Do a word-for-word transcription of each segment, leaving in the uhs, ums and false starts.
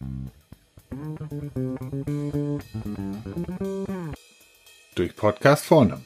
Durch Podcast vorne.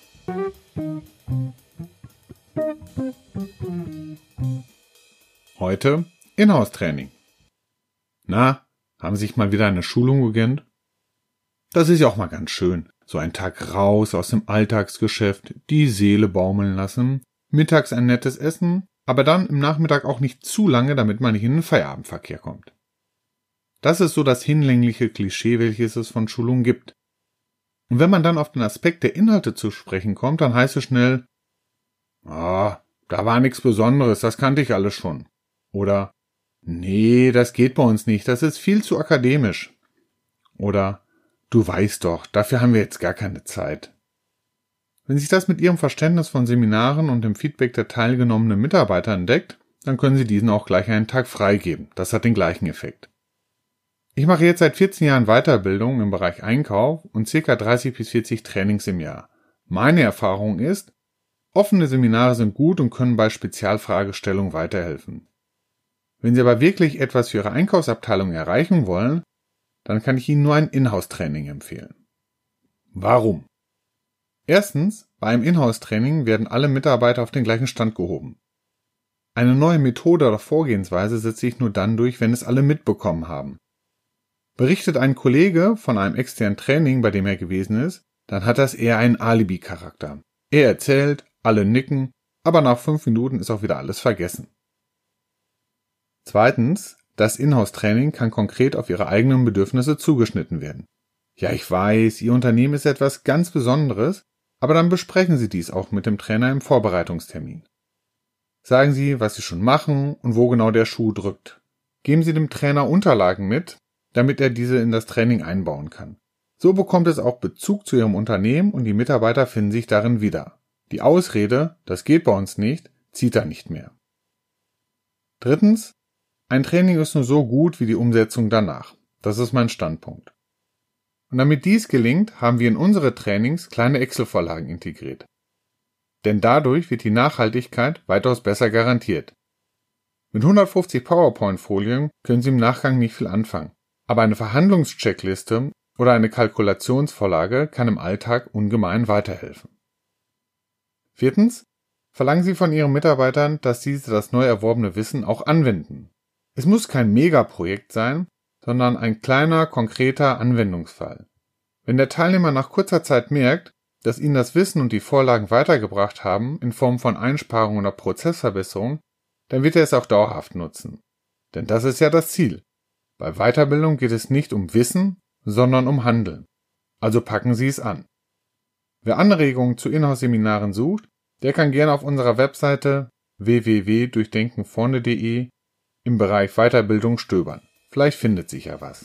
Heute Inhouse-Training. Na, haben Sie sich mal wieder eine Schulung gegönnt? Das ist ja auch mal ganz schön. So ein Tag raus aus dem Alltagsgeschäft, die Seele baumeln lassen, mittags ein nettes Essen, aber dann im Nachmittag auch nicht zu lange, damit man nicht in den Feierabendverkehr kommt. Das ist so das hinlängliche Klischee, welches es von Schulungen gibt. Und wenn man dann auf den Aspekt der Inhalte zu sprechen kommt, dann heißt es schnell, ah, da war nichts Besonderes, das kannte ich alles schon. Oder, nee, das geht bei uns nicht, das ist viel zu akademisch. Oder, du weißt doch, dafür haben wir jetzt gar keine Zeit. Wenn sich das mit Ihrem Verständnis von Seminaren und dem Feedback der teilgenommenen Mitarbeiter entdeckt, dann können Sie diesen auch gleich einen Tag freigeben. Das hat den gleichen Effekt. Ich mache jetzt seit vierzehn Jahren Weiterbildung im Bereich Einkauf und ca. dreißig bis vierzig Trainings im Jahr. Meine Erfahrung ist, offene Seminare sind gut und können bei Spezialfragestellungen weiterhelfen. Wenn Sie aber wirklich etwas für Ihre Einkaufsabteilung erreichen wollen, dann kann ich Ihnen nur ein Inhouse-Training empfehlen. Warum? Erstens, bei einem Inhouse-Training werden alle Mitarbeiter auf den gleichen Stand gehoben. Eine neue Methode oder Vorgehensweise setzt sich nur dann durch, wenn es alle mitbekommen haben. Berichtet ein Kollege von einem externen Training, bei dem er gewesen ist, dann hat das eher einen Alibi-Charakter. Er erzählt, alle nicken, aber nach fünf Minuten ist auch wieder alles vergessen. Zweitens, das Inhouse-Training kann konkret auf Ihre eigenen Bedürfnisse zugeschnitten werden. Ja, ich weiß, Ihr Unternehmen ist etwas ganz Besonderes, aber dann besprechen Sie dies auch mit dem Trainer im Vorbereitungstermin. Sagen Sie, was Sie schon machen und wo genau der Schuh drückt. Geben Sie dem Trainer Unterlagen mit, damit er diese in das Training einbauen kann. So bekommt es auch Bezug zu Ihrem Unternehmen und die Mitarbeiter finden sich darin wieder. Die Ausrede, das geht bei uns nicht, zieht da nicht mehr. Drittens, ein Training ist nur so gut wie die Umsetzung danach. Das ist mein Standpunkt. Und damit dies gelingt, haben wir in unsere Trainings kleine Excel-Vorlagen integriert. Denn dadurch wird die Nachhaltigkeit weitaus besser garantiert. Mit hundertfünfzig PowerPoint-Folien können Sie im Nachgang nicht viel anfangen. Aber eine Verhandlungscheckliste oder eine Kalkulationsvorlage kann im Alltag ungemein weiterhelfen. Viertens, verlangen Sie von Ihren Mitarbeitern, dass diese das neu erworbene Wissen auch anwenden. Es muss kein Megaprojekt sein, sondern ein kleiner, konkreter Anwendungsfall. Wenn der Teilnehmer nach kurzer Zeit merkt, dass ihn das Wissen und die Vorlagen weitergebracht haben in Form von Einsparungen oder Prozessverbesserung, dann wird er es auch dauerhaft nutzen. Denn das ist ja das Ziel. Bei Weiterbildung geht es nicht um Wissen, sondern um Handeln. Also packen Sie es an. Wer Anregungen zu Inhouse-Seminaren sucht, der kann gerne auf unserer Webseite w w w punkt durchdenken vorne punkt de im Bereich Weiterbildung stöbern. Vielleicht findet sich ja was.